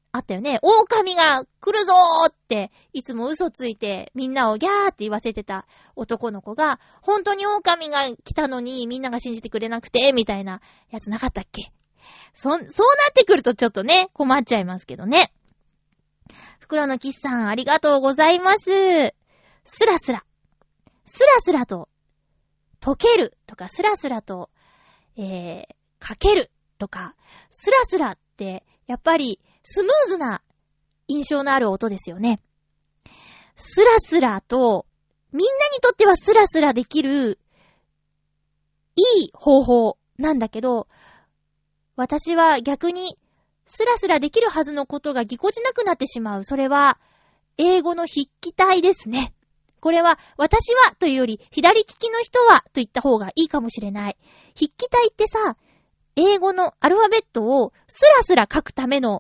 あったよね。狼が来るぞーって、いつも嘘ついて、みんなをギャーって言わせてた男の子が、本当に狼が来たのにみんなが信じてくれなくて、みたいなやつなかったっけ？そ、そうなってくるとちょっとね、困っちゃいますけどね。袋のキスさん、ありがとうございます。スラスラ。スラスラと、溶けるとか、スラスラと、えー、かけるとか、スラスラって、やっぱり、スムーズな印象のある音ですよね。スラスラと、みんなにとってはスラスラできる、いい方法なんだけど、私は逆に、スラスラできるはずのことがぎこちなくなってしまう。それは、英語の筆記体ですね。これは、私はというより、左利きの人はと言った方がいいかもしれない。筆記体ってさ、英語のアルファベットをスラスラ書くための、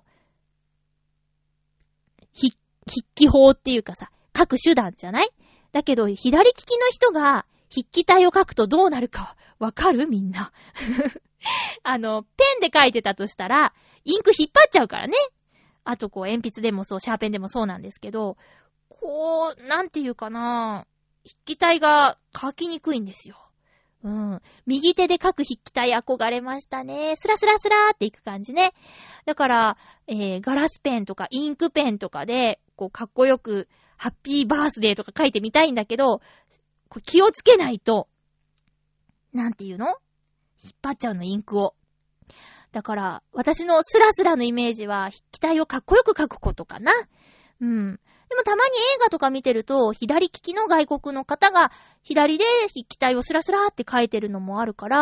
筆記法っていうかさ、書く手段じゃない？だけど、左利きの人が筆記体を書くとどうなるかわかる？みんな。あの、ペンで書いてたとしたら、インク引っ張っちゃうからね。あとこう、鉛筆でもそう、シャーペンでもそうなんですけど、こう、なんていうかな、筆記体が書きにくいんですよ。うん。右手で書く筆記体憧れましたね。スラスラスラーっていく感じね。だから、えー、ガラスペンとかインクペンとかで、こう、かっこよく、ハッピーバースデーとか書いてみたいんだけど、こう気をつけないと、なんていうの？引っ張っちゃうの、インクを。だから、私のスラスラのイメージは、筆記体をかっこよく書くことかな。うん。でもたまに映画とか見てると、左利きの外国の方が、左で筆記体をスラスラって書いてるのもあるから、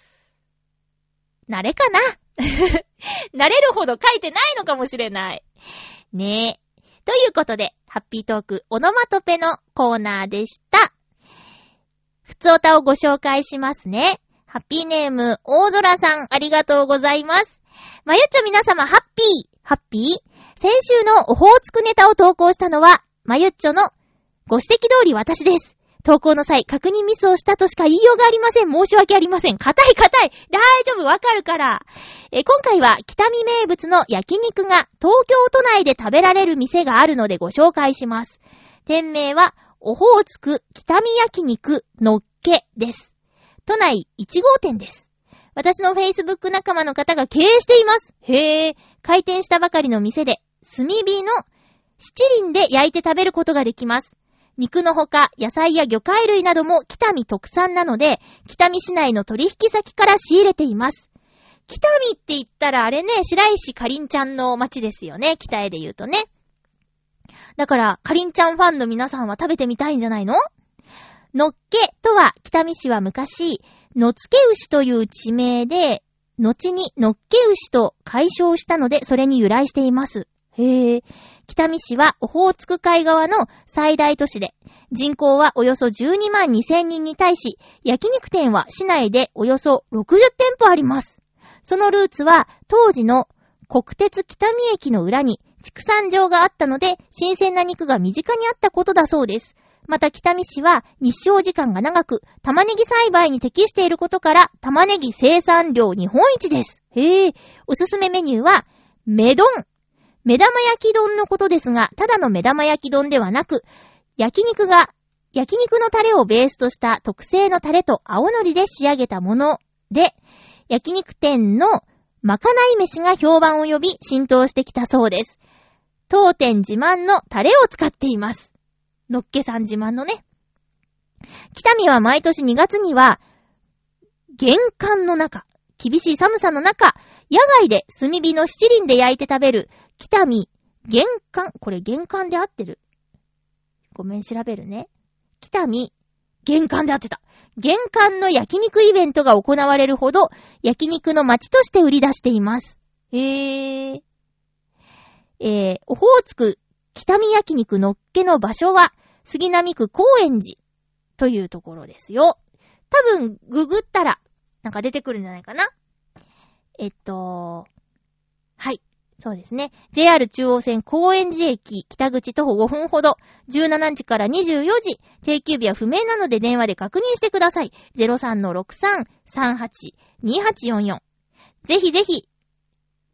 慣れかな慣れるほど書いてないのかもしれない。ねえ。ということで、ハッピートークオノマトペのコーナーでした。ふつおたをご紹介しますね。ハッピーネーム、大空さん、ありがとうございます。まゆっちょ皆様、ハッピー、ハッピー。先週のオホーツクネタを投稿したのは、まゆっちょのご指摘通り私です。投稿の際、確認ミスをしたとしか言いようがありません。申し訳ありません。硬い硬い。大丈夫、わかるから。え、今回は北見名物の焼肉が東京都内で食べられる店があるのでご紹介します。店名は、オホーツク北見焼肉のっけです。都内いち号店です。私の Facebook 仲間の方が経営しています。へー。開店したばかりの店で、炭火の七輪で焼いて食べることができます。肉のほか、野菜や魚介類なども北見特産なので、北見市内の取引先から仕入れています。北見って言ったらあれね、白石かりんちゃんの町ですよね。北へで言うとね。だから、かりんちゃんファンの皆さんは食べてみたいんじゃないの？のっけとは、北見市は昔、野付牛という地名で、後にのっけ牛と改称したので、それに由来しています。へー。北見市はオホーツク海側の最大都市で、人口はおよそじゅうにまんにせんにんに対し、焼肉店は市内でおよそろくじゅってんぽあります。そのルーツは、当時の国鉄北見駅の裏に畜産場があったので、新鮮な肉が身近にあったことだそうです。また北見市は日照時間が長く、玉ねぎ栽培に適していることから、玉ねぎ生産量日本一です。へー。おすすめメニューは、目丼。目玉焼き丼のことですが、ただの目玉焼き丼ではなく、焼肉が、焼肉のタレをベースとした特製のタレと青のりで仕上げたもので、焼肉店のまかない飯が評判を呼び浸透してきたそうです。当店自慢のタレを使っています。のっけさん自慢のね。北見は毎年にがつには、厳寒の中、厳しい寒さの中、野外で炭火の七輪で焼いて食べる、北見厳寒、これ厳寒で合ってる。ごめん、調べるね。北見厳寒で合ってた。厳寒の焼肉イベントが行われるほど、焼肉の街として売り出しています。へー。えー、オホーツク北見焼肉のっけの場所は、杉並区高円寺というところですよ。多分、ググったら、なんか出てくるんじゃないかな。えっと、はい。そうですね。ジェイアール 中央線高円寺駅北口徒歩ごふんほど、じゅうしちじからにじゅうよじ、定休日は不明なので電話で確認してください。ゼロさんのろくさん さんはち にはちよんよん。ぜひぜひ、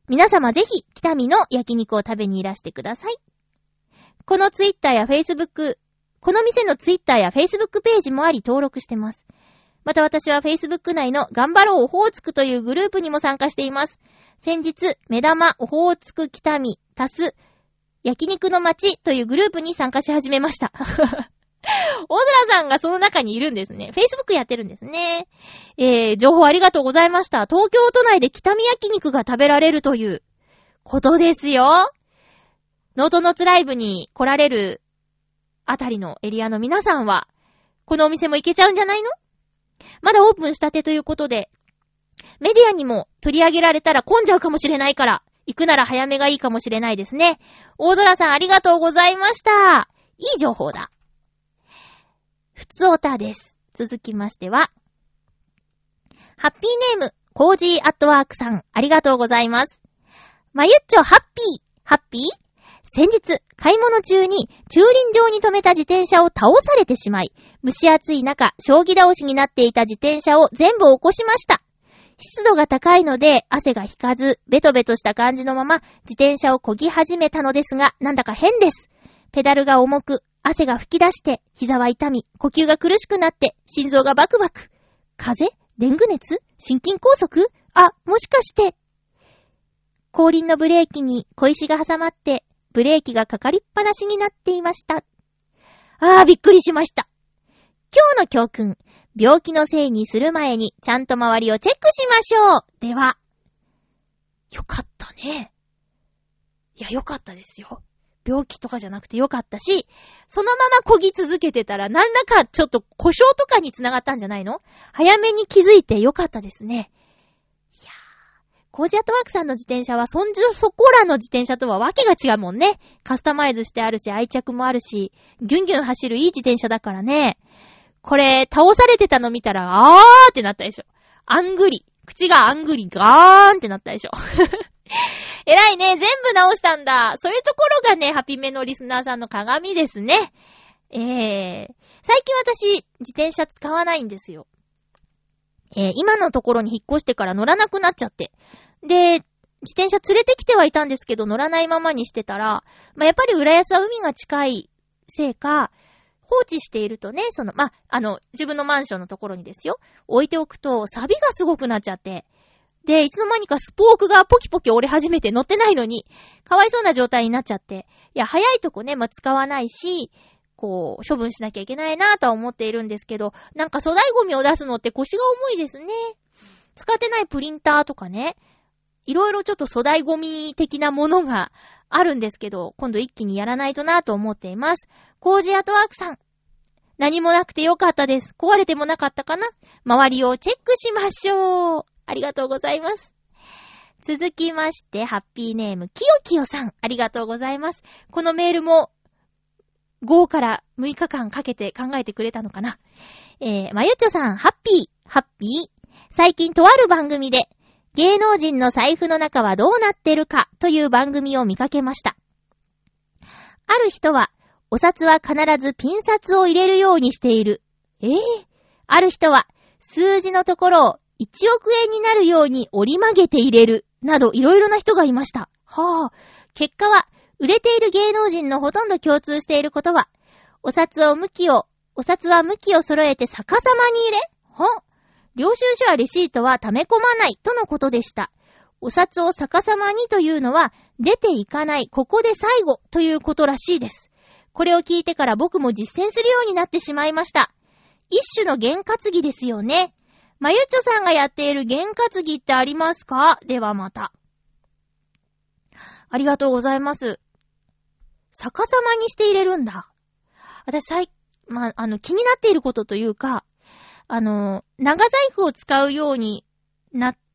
皆様ぜひ、北見の焼肉を食べにいらしてください。このツイッターやフェイスブック、この店のツイッターやフェイスブックページもあり登録してます。また私はフェイスブック内の頑張ろうオホーツクというグループにも参加しています。先日、目玉オホーツク北見足す焼肉の街というグループに参加し始めました。大空さんがその中にいるんですね。Facebook やってるんですね。えー、情報ありがとうございました。東京都内で北見焼肉が食べられるということですよ。ノートノーツライブに来られるあたりのエリアの皆さんは、このお店も行けちゃうんじゃないの？まだオープンしたてということで、メディアにも取り上げられたら混んじゃうかもしれないから、行くなら早めがいいかもしれないですね。大空さんありがとうございました。いい情報だ。ふつおたです。続きましては、ハッピーネーム、コージーアットワークさん、ありがとうございます。まゆっちょハッピー、ハッピー？先日、買い物中に駐輪場に止めた自転車を倒されてしまい、蒸し暑い中、将棋倒しになっていた自転車を全部起こしました。湿度が高いので汗が引かず、ベトベトした感じのまま自転車を漕ぎ始めたのですが、なんだか変です。ペダルが重く、汗が吹き出して、膝は痛み、呼吸が苦しくなって、心臓がバクバク。風邪？デング熱？心筋梗塞？あ、もしかして。後輪のブレーキに小石が挟まって、ブレーキがかかりっぱなしになっていました。あー、びっくりしました。今日の教訓、病気のせいにする前にちゃんと周りをチェックしましょう。では、よかったね。いや、よかったですよ。病気とかじゃなくてよかったし、そのまま漕ぎ続けてたら何らかちょっと故障とかにつながったんじゃないの？早めに気づいてよかったですね。いやー、コージアットワークさんの自転車はそんじょそこらの自転車とはわけが違うもんね。カスタマイズしてあるし、愛着もあるし、ギュンギュン走るいい自転車だからね。これ、倒されてたの見たら、あーってなったでしょ。あんぐり。口があんぐり、ガーンってなったでしょ。偉いね。全部直したんだ。そういうところがね、ハピメのリスナーさんの鏡ですね。えー、最近私、自転車使わないんですよ。えー、今のところに引っ越してから乗らなくなっちゃって。で、自転車連れてきてはいたんですけど、乗らないままにしてたら、まあ、やっぱり浦安は海が近いせいか、放置しているとね、その、まあ、あの、自分のマンションのところにですよ、置いておくと、錆がすごくなっちゃって、で、いつの間にかスポークがポキポキ折れ始めて乗ってないのに、かわいそうな状態になっちゃって、いや、早いとこね、まあ、使わないし、こう、処分しなきゃいけないなぁとは思っているんですけど、なんか粗大ゴミを出すのって腰が重いですね。使ってないプリンターとかね、いろいろちょっと粗大ゴミ的なものがあるんですけど、今度一気にやらないとなぁと思っています。コージアートワークさん。何もなくてよかったです。壊れてもなかったかな？周りをチェックしましょう。ありがとうございます。続きまして、ハッピーネーム、きよきよさん。ありがとうございます。このメールも、ごからむいかかんかけて考えてくれたのかな。えー、まゆっちょさん、ハッピー、ハッピー。最近とある番組で、芸能人の財布の中はどうなってるかという番組を見かけました。ある人は、お札は必ずピン札を入れるようにしている。えー、ある人は、数字のところをいちおくえんになるように折り曲げて入れる。など、いろいろな人がいました。はぁ、結果は、売れている芸能人のほとんど共通していることは、お札を向きを、お札は向きを揃えて逆さまに入れ、ほん、領収書やレシートは溜め込まないとのことでした。お札を逆さまにというのは、出ていかない、ここで最後ということらしいです。これを聞いてから僕も実践するようになってしまいました。一種の験担ぎですよね。まゆちょさんがやっている験担ぎってありますか？ではまた。ありがとうございます。逆さまにして入れるんだ。私、最、まあ、あの、気になっていることというか、あの、長財布を使うようになって、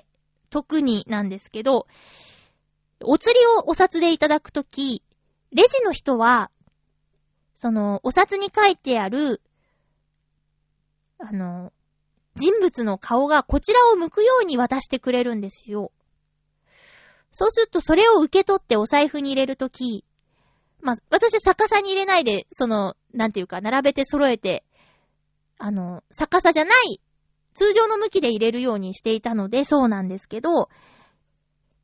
特になんですけど、お釣りをお札でいただくとき、レジの人は、その、お札に書いてある、あの、人物の顔がこちらを向くように渡してくれるんですよ。そうするとそれを受け取ってお財布に入れるとき、まあ、私は逆さに入れないで、その、なんていうか、並べて揃えて、あの、逆さじゃない、通常の向きで入れるようにしていたので、そうなんですけど、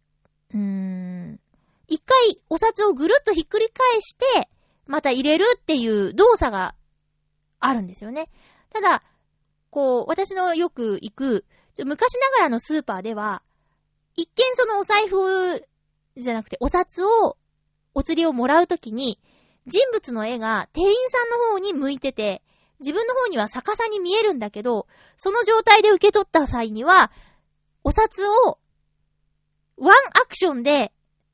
うーん、一回お札をぐるっとひっくり返して、また入れるっていう動作があるんですよね。ただ、こう、私のよく行く、ちょ昔ながらのスーパーでは、一見そのお財布じゃなくてお札を、お釣りをもらうときに、人物の絵が店員さんの方に向いてて、自分の方には逆さに見えるんだけど、その状態で受け取った際には、お札をワンアクションで、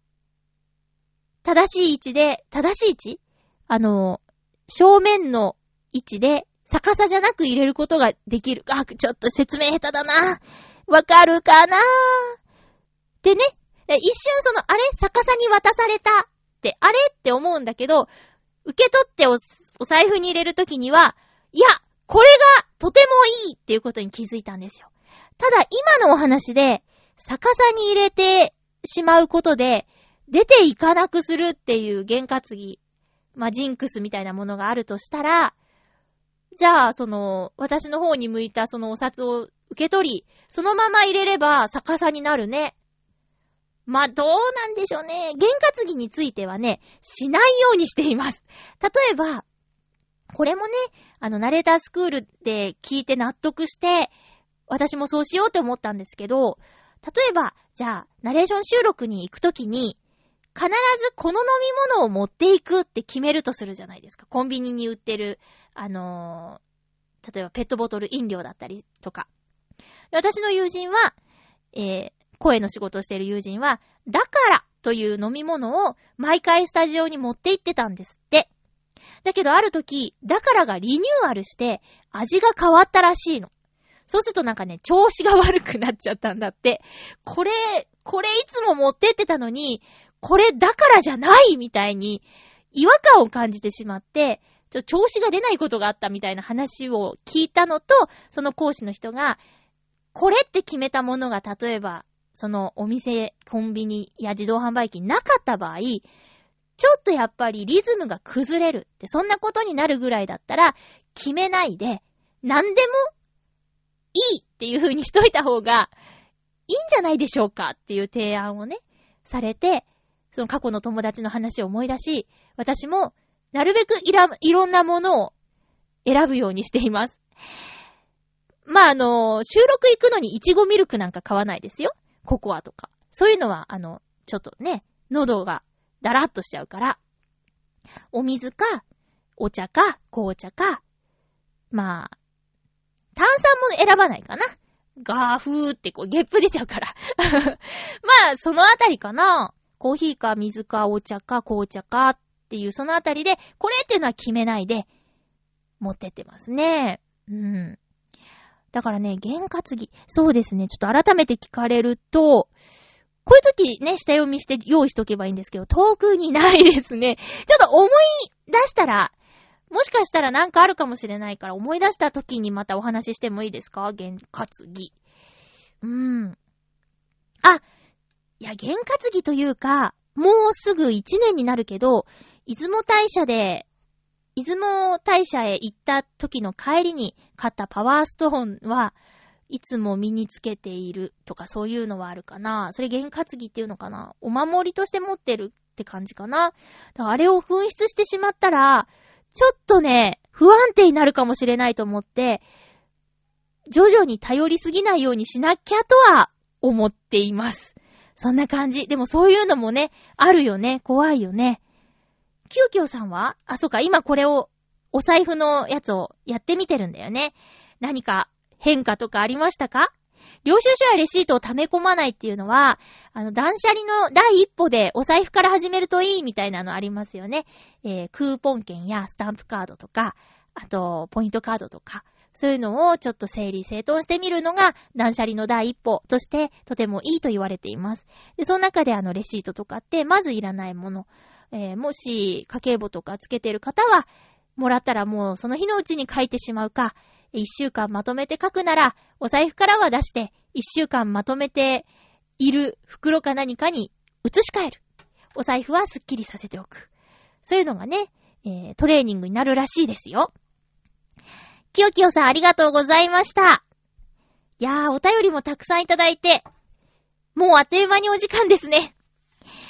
正しい位置で、正しい位置？あの、正面の位置で、逆さじゃなく入れることができる。あ、ちょっと説明下手だな。わかるかな？でね、一瞬その、あれ？逆さに渡されたって、あれ？って思うんだけど、受け取って お, お財布に入れるときには、いや、これがとてもいいっていうことに気づいたんですよ。ただ今のお話で、逆さに入れてしまうことで、出ていかなくするっていう験担ぎ、まあ、ジンクスみたいなものがあるとしたら、じゃあ、その、私の方に向いたそのお札を受け取り、そのまま入れれば逆さになるね。まあ、どうなんでしょうね。験担ぎについてはね、しないようにしています。例えば、これもね、あの、ナレータースクールで聞いて納得して、私もそうしようって思ったんですけど、例えば、じゃあ、ナレーション収録に行くときに、必ずこの飲み物を持っていくって決めるとするじゃないですか。コンビニに売ってる、あのー、例えばペットボトル飲料だったりとか。私の友人は、えー、声の仕事をしている友人は、だからという飲み物を毎回スタジオに持って行ってたんですって。だけどある時、だからがリニューアルして味が変わったらしいの。そうするとなんかね、調子が悪くなっちゃったんだって。これ、これいつも持ってってたのに、これだからじゃないみたいに違和感を感じてしまって、ちょ、調子が出ないことがあったみたいな話を聞いたのと、その講師の人が、これって決めたものが例えば、そのお店、コンビニや自動販売機になかった場合、ちょっとやっぱりリズムが崩れるって、そんなことになるぐらいだったら、決めないで、何でもいいっていう風にしといた方がいいんじゃないでしょうかっていう提案をね、されて、その過去の友達の話を思い出し、私もなるべくいら、いろんなものを選ぶようにしています。まあ、あの、収録行くのにイチゴミルクなんか買わないですよ。ココアとか。そういうのは、あの、ちょっとね、喉がだらっとしちゃうから、お水か、お茶か、紅茶か、まあ、炭酸も選ばないかな。ガーフーってこうゲップ出ちゃうから。まあ、そのあたりかな。コーヒーか水かお茶か紅茶かっていうそのあたりで、これっていうのは決めないで持ってってますね。うん。だからね、験担ぎ。そうですね。ちょっと改めて聞かれると、こういう時ね、下読みして用意しとけばいいんですけど、特にないですね。ちょっと思い出したら、もしかしたらなんかあるかもしれないから、思い出した時にまたお話ししてもいいですか？験担ぎ。うーん。あ、いや、験担ぎというか、もうすぐいちねんになるけど、出雲大社で、出雲大社へ行った時の帰りに買ったパワーストーンはいつも身につけているとかそういうのはあるかな。それ験担ぎっていうのかな。お守りとして持ってるって感じかな。だからあれを紛失してしまったら、ちょっとね、不安定になるかもしれないと思って、徐々に頼りすぎないようにしなきゃとは思っています。そんな感じ。でもそういうのもね、あるよね。怖いよね。キヨキヨさんは？あ、そうか、今これを、お財布のやつをやってみてるんだよね。何か変化とかありましたか？領収書やレシートを溜め込まないっていうのは、あの、断捨離の第一歩でお財布から始めるといいみたいなのありますよね。えー、クーポン券やスタンプカードとか、あと、ポイントカードとか、そういうのをちょっと整理整頓してみるのが断捨離の第一歩としてとてもいいと言われています。で、その中であのレシートとかってまずいらないもの、えー、もし家計簿とかつけてる方はもらったらもうその日のうちに書いてしまうか、一週間まとめて書くならお財布からは出して一週間まとめている袋か何かに移し替える。お財布はすっきりさせておく。そういうのがね、えー、トレーニングになるらしいですよ。きよきよさんありがとうございました。いやー、お便りもたくさんいただいて、もうあっという間にお時間ですね。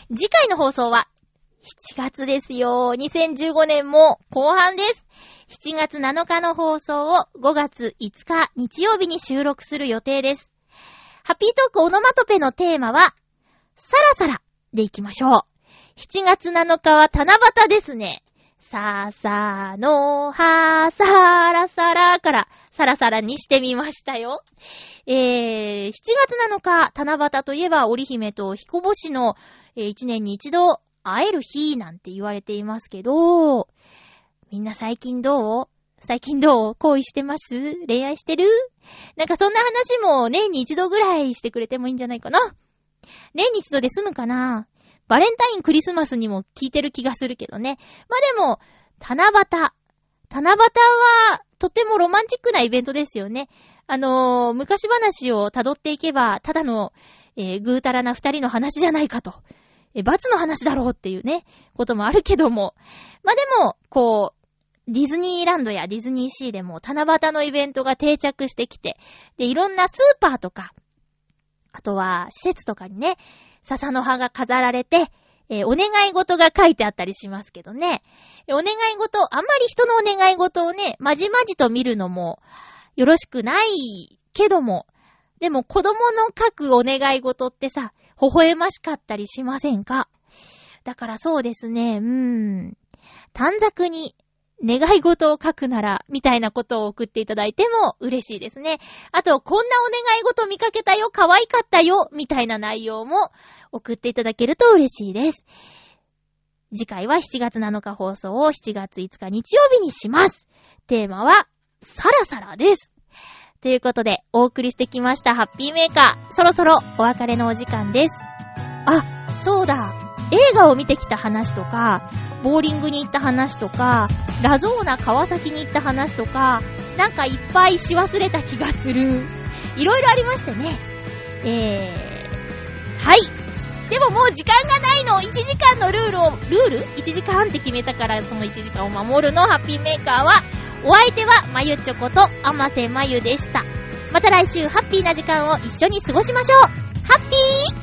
次回の放送はしちがつですよ。にせんじゅうごねんも後半です。しちがつなのかの放送をごがついつか日曜日に収録する予定です。ハッピートークオノマトペのテーマはサラサラでいきましょう。しちがつなのかは七夕ですね。ささのはさらさらからサラサラにしてみましたよ。えー、しちがつなのか七夕といえば織姫と彦星の、えー、いちねんに一度会える日なんて言われていますけど、みんな最近どう？最近どう？恋してます？恋愛してる？なんかそんな話も年に一度ぐらいしてくれてもいいんじゃないかな。年に一度で済むかな。バレンタインクリスマスにも聞いてる気がするけどね。まあでも、七夕。七夕はとてもロマンチックなイベントですよね。あのー、昔話を辿っていけば、ただの、えー、ぐうたらな二人の話じゃないかと。えー、罰の話だろうっていうね、こともあるけども。まあでも、こう、ディズニーランドやディズニーシーでも七夕のイベントが定着してきて、で、いろんなスーパーとか、あとは施設とかにね、笹の葉が飾られて、えー、お願い事が書いてあったりしますけどね。お願い事、あんまり人のお願い事をね、まじまじと見るのもよろしくないけども、でも子供の書くお願い事ってさ、微笑ましかったりしませんか？だからそうですね、うーん。短冊に願い事を書くなら、みたいなことを送っていただいても嬉しいですね。あと、こんなお願い事見かけたよ、可愛かったよ、みたいな内容も送っていただけると嬉しいです。次回はしちがつなのか放送をしちがついつか日曜日にします。テーマは、サラサラです。ということで、お送りしてきましたハッピーメーカー。そろそろお別れのお時間です。あ、そうだ。映画を見てきた話とか、ボーリングに行った話とか、ラゾーナ川崎に行った話とか、なんかいっぱいし忘れた気がする。いろいろありましてね。えー、はい。でももう時間がないの。いちじかんのルールを、ルール ?いち 時間って決めたからそのいちじかんを守るのハッピーメーカーは、お相手はまゆちょことあませまゆでした。また来週ハッピーな時間を一緒に過ごしましょう。ハッピー